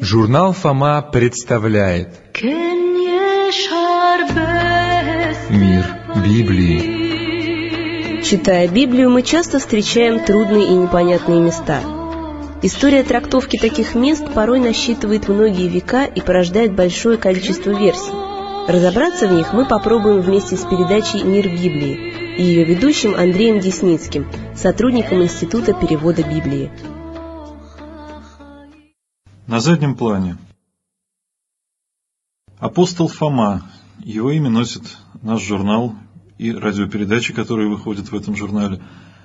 Журнал «Фома» представляет Мир Библии. Читая Библию, мы часто встречаем трудные и непонятные места. История трактовки таких мест порой насчитывает многие века и порождает большое количество версий. Разобраться в них мы попробуем вместе с передачей «Мир Библии» и ее ведущим Андреем Десницким, сотрудником Института перевода Библии. На заднем плане апостол Фома. Его имя носит наш журнал и радиопередачи, которые выходят в этом журнале.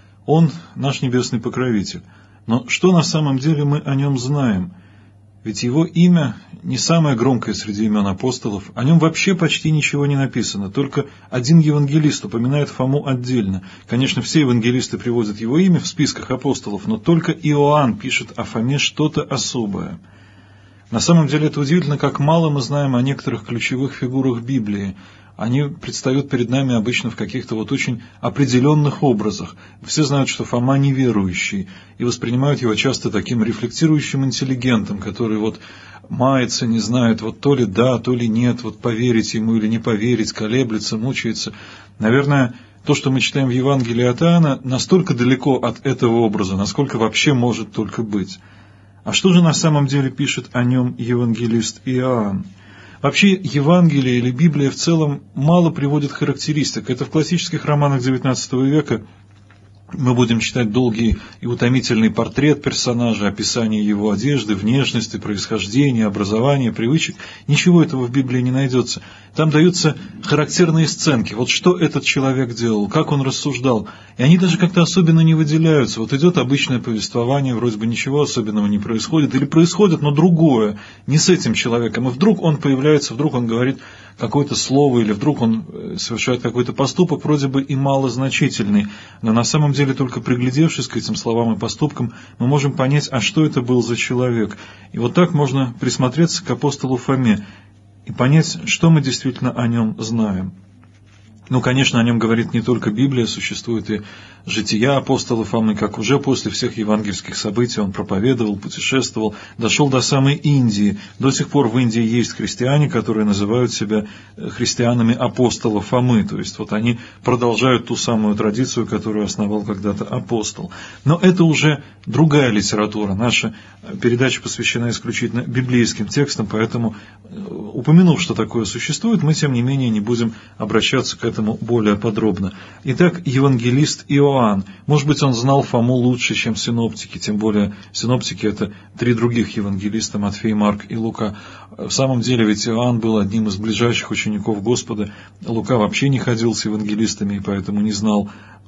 Он наш небесный покровитель. Но что на самом деле мы о нем знаем? Ведь его имя не самое громкое среди имен апостолов. О нем вообще почти ничего не написано. Только один евангелист упоминает Фому отдельно. Конечно, все евангелисты приводят его имя в списках апостолов, но только Иоанн пишет о Фоме что-то особое. На самом деле это удивительно, как мало мы знаем о некоторых ключевых фигурах Библии. Они предстают перед нами обычно в каких-то очень определенных образах. Все знают, что Фома неверующий, и воспринимают его часто таким рефлектирующим интеллигентом, который мается, не знает, то ли да, то ли нет, поверить ему или не поверить, колеблется, мучается. Наверное, то, что мы читаем в Евангелии от Иоанна, настолько далеко от этого образа, насколько вообще может только быть. А что же на самом деле пишет о нем евангелист Иоанн? Вообще, Евангелие или Библия в целом мало приводит характеристик. Это в классических романах XIX века мы будем читать долгий и утомительный портрет персонажа, описание его одежды, внешности, происхождения, образования, привычек. Ничего этого в Библии не найдется. Там даются характерные сценки. Что этот человек делал, как он рассуждал. И они даже как-то особенно не выделяются. Идет обычное повествование, вроде бы ничего особенного не происходит. Или происходит, но другое, не с этим человеком. И вдруг он появляется, вдруг он говорит какое-то слово, или вдруг он совершает какой-то поступок, вроде бы и малозначительный. Но на самом деле, только приглядевшись к этим словам и поступкам, мы можем понять, а что это был за человек. И так можно присмотреться к апостолу Фоме и понять, что мы действительно о нем знаем. Конечно, о нем говорит не только Библия, существуют и жития апостола Фомы, как уже после всех евангельских событий он проповедовал, путешествовал, дошел до самой Индии. До сих пор в Индии есть христиане, которые называют себя христианами апостола Фомы, то есть они продолжают ту самую традицию, которую основал когда-то апостол. Но это уже другая литература. Наша передача посвящена исключительно библейским текстам, поэтому, упомянув, что такое существует, мы, тем не менее, не будем обращаться к этому более подробно. Итак, евангелист Иоанн. Может быть, он знал Фому лучше, чем синоптики, тем более синоптики — это три других евангелиста, Матфей, Марк и Лука. В самом деле, ведь Иоанн был одним из ближайших учеников Господа. Лука вообще не ходил с евангелистами, и поэтому не знал,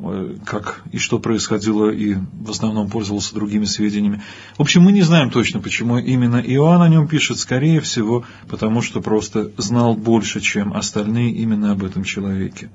как и что происходило, и в основном пользовался другими сведениями. В общем, мы не знаем точно, почему именно Иоанн о нем пишет, скорее всего, потому что просто знал больше, чем остальные именно об этом человеке.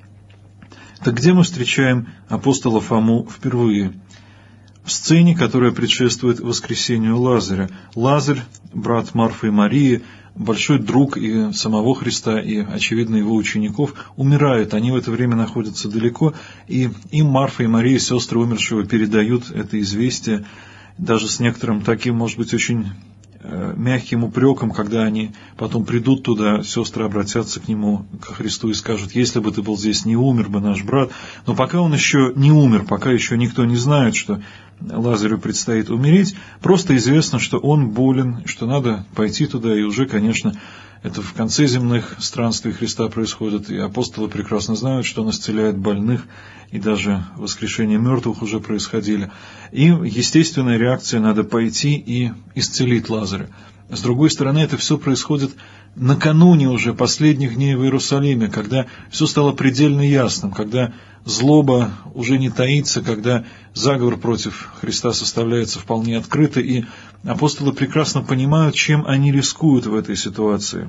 Так где мы встречаем апостола Фому впервые? В сцене, которая предшествует воскресению Лазаря. Лазарь, брат Марфы и Марии, большой друг и самого Христа, и, очевидно, его учеников, умирает. Они в это время находятся далеко, и им Марфа и Мария, сестры умершего, передают это известие, даже с некоторым таким, может быть, очень мягким упреком, когда они потом придут туда, сестры обратятся к нему, к Христу, и скажут: если бы ты был здесь, не умер бы наш брат. Но пока он еще не умер, пока еще никто не знает, что Лазарю предстоит умереть, просто известно, что он болен, что надо пойти туда, и уже, конечно, это в конце земных странствий Христа происходит, и апостолы прекрасно знают, что он исцеляет больных, и даже воскрешение мертвых уже происходили. И естественная реакция — надо пойти и исцелить Лазаря. С другой стороны, это все происходит накануне уже последних дней в Иерусалиме, когда все стало предельно ясным, когда злоба уже не таится, когда заговор против Христа составляется вполне открыто, и апостолы прекрасно понимают, чем они рискуют в этой ситуации.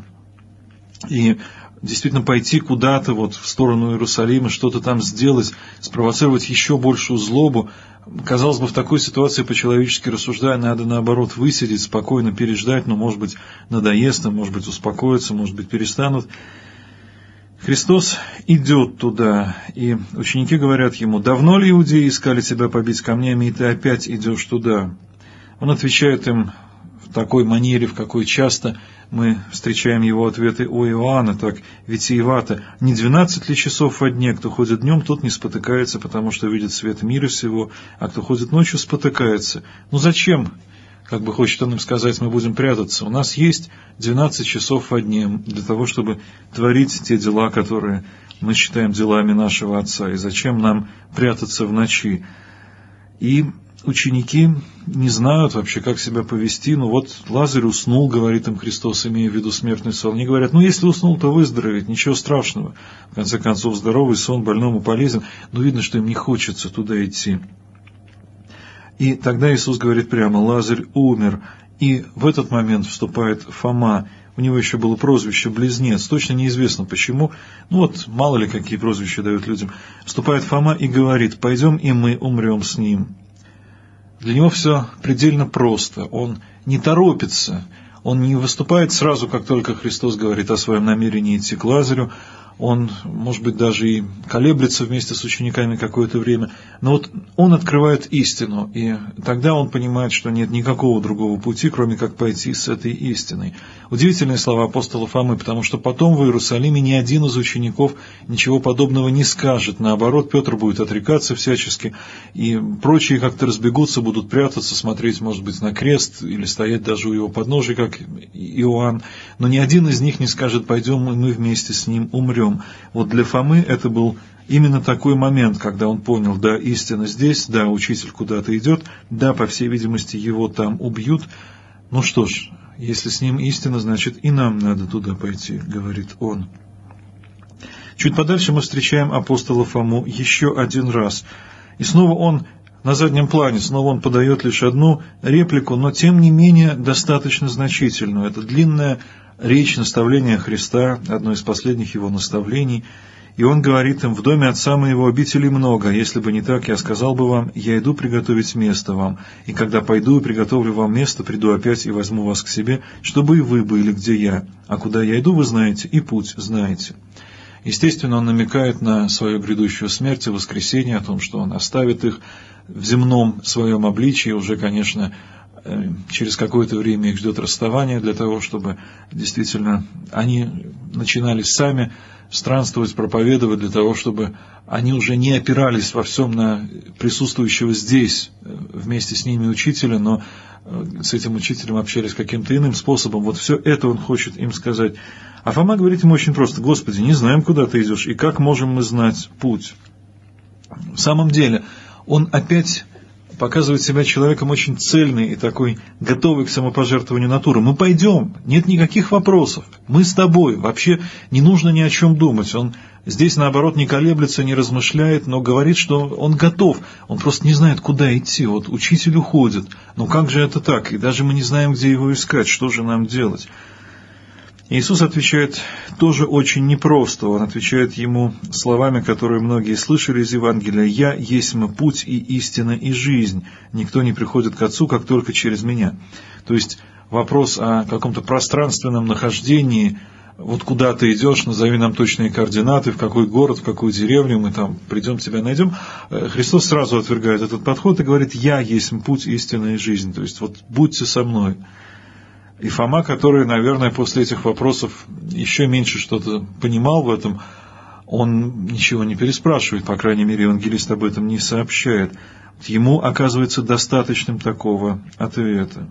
И действительно пойти куда-то в сторону Иерусалима, что-то там сделать, спровоцировать еще большую злобу, казалось бы, в такой ситуации, по-человечески рассуждая, надо, наоборот, высидеть, спокойно переждать, но, может быть, надоест, может быть, успокоятся, может быть, перестанут. Христос идет туда, и ученики говорят ему: «Давно ли иудеи искали тебя побить камнями, и ты опять идешь туда?» Он отвечает им в такой манере, в какой часто мы встречаем его ответы у Иоанна, так витиевато: «Не 12 ли часов во дне? Кто ходит днем, тот не спотыкается, потому что видит свет мира сего, а кто ходит ночью, спотыкается». Ну зачем, как бы хочет он им сказать, мы будем прятаться? У нас есть 12 часов во дне для того, чтобы творить те дела, которые мы считаем делами нашего Отца. И зачем нам прятаться в ночи? И ученики не знают вообще, как себя повести. Ну вот Лазарь уснул, говорит им Христос, имея в виду смертный сон. Они говорят: ну если уснул, то выздоровеет, ничего страшного. В конце концов, здоровый сон больному полезен. Но видно, что им не хочется туда идти. И тогда Иисус говорит прямо: Лазарь умер. И в этот момент вступает Фома. У него еще было прозвище Близнец. Точно неизвестно почему. Ну вот, мало ли какие прозвища дают людям. Вступает Фома и говорит: пойдем и мы умрем с ним. Для него все предельно просто. Он не торопится. Он не выступает сразу, как только Христос говорит о своем намерении идти к Лазарю. Он, может быть, даже и колеблется вместе с учениками какое-то время. Но вот он открывает истину, и тогда он понимает, что нет никакого другого пути, кроме как пойти с этой истиной. Удивительные слова апостола Фомы, потому что потом в Иерусалиме ни один из учеников ничего подобного не скажет. Наоборот, Петр будет отрекаться всячески, и прочие как-то разбегутся, будут прятаться, смотреть, может быть, на крест, или стоять даже у его подножия, как Иоанн. Но ни один из них не скажет: пойдем, мы вместе с ним умрем. Вот для Фомы это был именно такой момент, когда он понял: да, истина здесь, да, учитель куда-то идет, да, по всей видимости, его там убьют. Ну что ж, если с ним истина, значит и нам надо туда пойти, говорит он. Чуть подальше мы встречаем апостола Фому еще один раз. И снова он на заднем плане, снова он подает лишь одну реплику, но тем не менее достаточно значительную. Это длинная речь наставления Христа, одно из последних его наставлений. И он говорит им: в доме Отца моего обителей много, если бы не так, я сказал бы вам: я иду приготовить место вам, и когда пойду и приготовлю вам место, приду опять и возьму вас к себе, чтобы и вы были, где я. А куда я иду, вы знаете, и путь знаете. Естественно, он намекает на свою грядущую смерть и воскресение, о том, что он оставит их в земном своем обличии. Уже, конечно, через какое-то время их ждет расставание, для того, чтобы действительно они начинали сами странствовать, проповедовать, для того, чтобы они уже не опирались во всем на присутствующего здесь вместе с ними учителя, но с этим учителем общались каким-то иным способом. Вот все это он хочет им сказать. А Фома говорит ему очень просто: Господи, не знаем, куда ты идешь, и как можем мы знать путь? В самом деле, он опять показывает себя человеком очень цельный и такой готовый к самопожертвованию натуры. Мы пойдем, нет никаких вопросов, мы с тобой, вообще не нужно ни о чем думать. Он здесь, наоборот, не колеблется, не размышляет, но говорит, что он готов, он просто не знает, куда идти. Вот учитель уходит, но как же это так? И даже мы не знаем, где его искать, что же нам делать? Иисус отвечает тоже очень непросто. Он отвечает ему словами, которые многие слышали из Евангелия: «Я есть путь и истина и жизнь. Никто не приходит к Отцу, как только через Меня». То есть вопрос о каком-то пространственном нахождении. Вот куда ты идешь, назови нам точные координаты, в какой город, в какую деревню, мы там придем, тебя найдем. Христос сразу отвергает этот подход и говорит: «Я есть путь, истина и жизнь». То есть вот будьте со мной. И Фома, который, наверное, после этих вопросов еще меньше что-то понимал в этом, он ничего не переспрашивает, по крайней мере, евангелист об этом не сообщает. Ему оказывается достаточным такого ответа.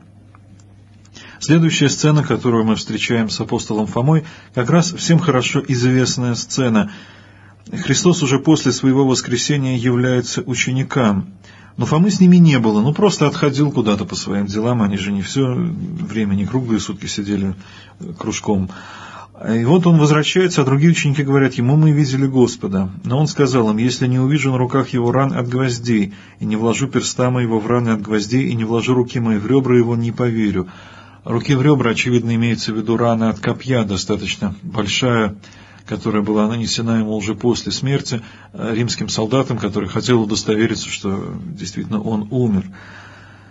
Следующая сцена, которую мы встречаем с апостолом Фомой, как раз всем хорошо известная сцена. Христос уже после своего воскресения является ученикам. Но Фомы с ними не было, просто отходил куда-то по своим делам, они же не все время, не круглые сутки сидели кружком. И вот он возвращается, а другие ученики говорят ему: мы видели Господа. Но он сказал им: если не увижу на руках его ран от гвоздей, и не вложу перста моего в раны от гвоздей, и не вложу руки мои в ребра его, не поверю. Руки в ребра, очевидно, имеется в виду рана от копья, достаточно большая, которая была нанесена ему уже после смерти римским солдатам, который хотел удостовериться, что действительно он умер.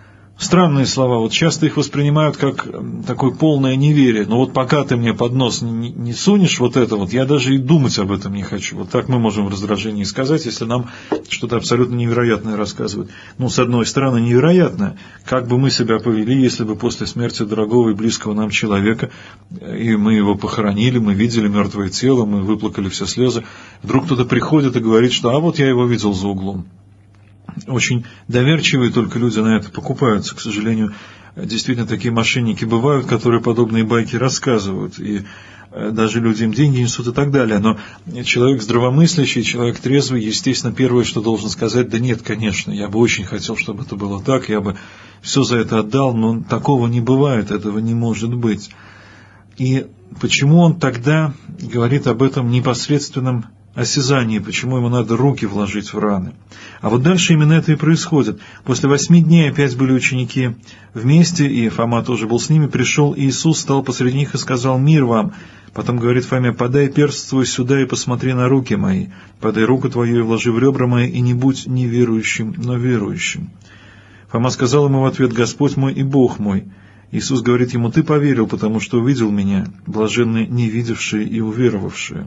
странные слова, вот часто их воспринимают как такое полное неверие. Но вот пока ты мне под нос не сунешь вот это вот, я даже и думать об этом не хочу. Вот так мы можем в раздражении сказать, если нам что-то абсолютно невероятное рассказывают. Ну, с одной стороны, невероятное. Как бы мы себя повели, если бы после смерти дорогого и близкого нам человека, и мы его похоронили, мы видели мертвое тело, мы выплакали все слезы, вдруг кто-то приходит и говорит, что «а вот я его видел за углом». Очень доверчивые только люди на это покупаются. К сожалению, действительно такие мошенники бывают, которые подобные байки рассказывают. И даже люди им деньги несут и так далее. Но человек здравомыслящий, человек трезвый, естественно, первое, что должен сказать: да нет, конечно, я бы очень хотел, чтобы это было так, я бы все за это отдал, но такого не бывает, этого не может быть. И почему он тогда говорит об этом непосредственном осязании, почему ему надо руки вложить в раны? А вот дальше именно это и происходит. После 8 дней опять были ученики вместе, и Фома тоже был с ними. Пришел Иисус, стал посреди них и сказал: «Мир вам!» Потом говорит Фоме: «Подай перст твой сюда и посмотри на руки мои. Подай руку твою и вложи в ребра мои, и не будь неверующим, но верующим». Фома сказал ему в ответ: «Господь мой и Бог мой». Иисус говорит ему: «Ты поверил, потому что увидел меня, блаженны не видевшие и уверовавшие».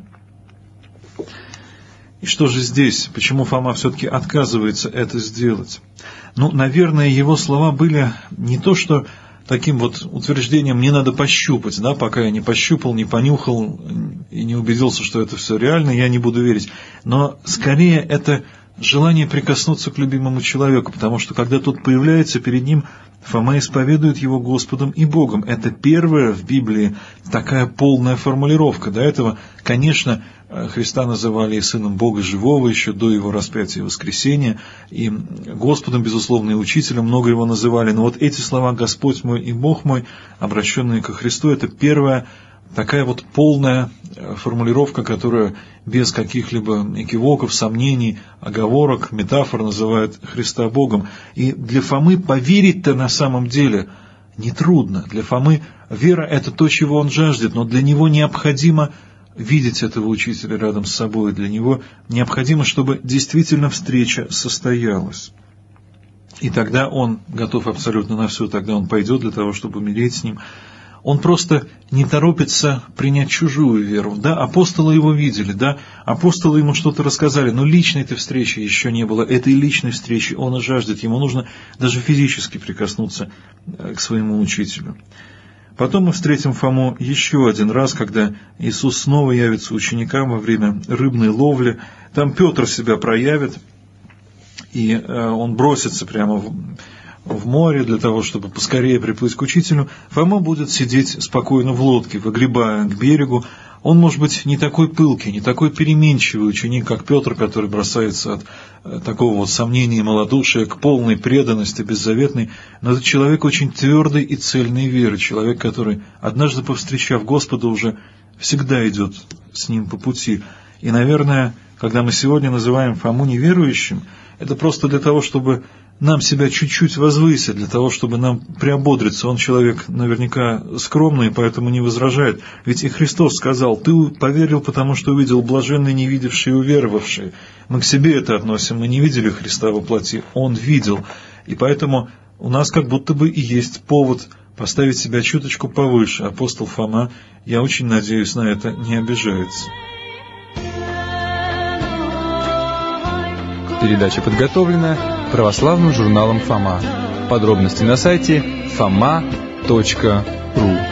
И что же здесь? Почему Фома все-таки отказывается это сделать? Ну, наверное, его слова были не то, что таким вот утверждением «мне надо пощупать», да, пока я не пощупал, не понюхал и не убедился, что это все реально, я не буду верить. Но скорее это желание прикоснуться к любимому человеку, потому что когда тот появляется перед ним, Фома исповедует его Господом и Богом. Это первая в Библии такая полная формулировка. До этого, конечно, Христа называли и Сыном Бога Живого еще до Его распятия и воскресения, и Господом, безусловно, и Учителем много Его называли. Но вот эти слова «Господь мой и Бог мой», обращенные ко Христу, это первая такая вот полная формулировка, которая без каких-либо экивоков, сомнений, оговорок, метафор называет Христа Богом. И для Фомы поверить-то на самом деле нетрудно. Для Фомы вера – это то, чего он жаждет, но для него необходимо видеть этого учителя рядом с собой. Для него необходимо, чтобы действительно встреча состоялась. И тогда он готов абсолютно на все, тогда он пойдет для того, чтобы умереть с ним. Он просто не торопится принять чужую веру. Да, апостолы его видели, да, апостолы ему что-то рассказали, но личной-то встречи еще не было. Этой личной встречи он и жаждет. Ему нужно даже физически прикоснуться к своему учителю. Потом мы встретим Фому еще один раз, когда Иисус снова явится ученикам во время рыбной ловли. Там Петр себя проявит, и он бросится прямо в море для того, чтобы поскорее приплыть к учителю. Фома будет сидеть спокойно в лодке, выгребая к берегу. Он, может быть, не такой пылкий, не такой переменчивый ученик, как Петр, который бросается от такого вот сомнения и малодушия к полной преданности, беззаветной, но это человек очень твердой и цельной веры, человек, который, однажды повстречав Господа, уже всегда идет с ним по пути. И, наверное, когда мы сегодня называем Фому неверующим, это просто для того, чтобы нам себя чуть-чуть возвысить, для того, чтобы нам приободриться. Он человек наверняка скромный, поэтому не возражает. Ведь и Христос сказал: «Ты поверил, потому что увидел блаженные, не видевшие и уверовавшие». Мы к себе это относим, мы не видели Христа во плоти, Он видел. И поэтому у нас как будто бы и есть повод поставить себя чуточку повыше. Апостол Фома, я очень надеюсь, на это не обижается. Передача подготовлена православным журналом «Фома». Подробности на сайте foma.ru.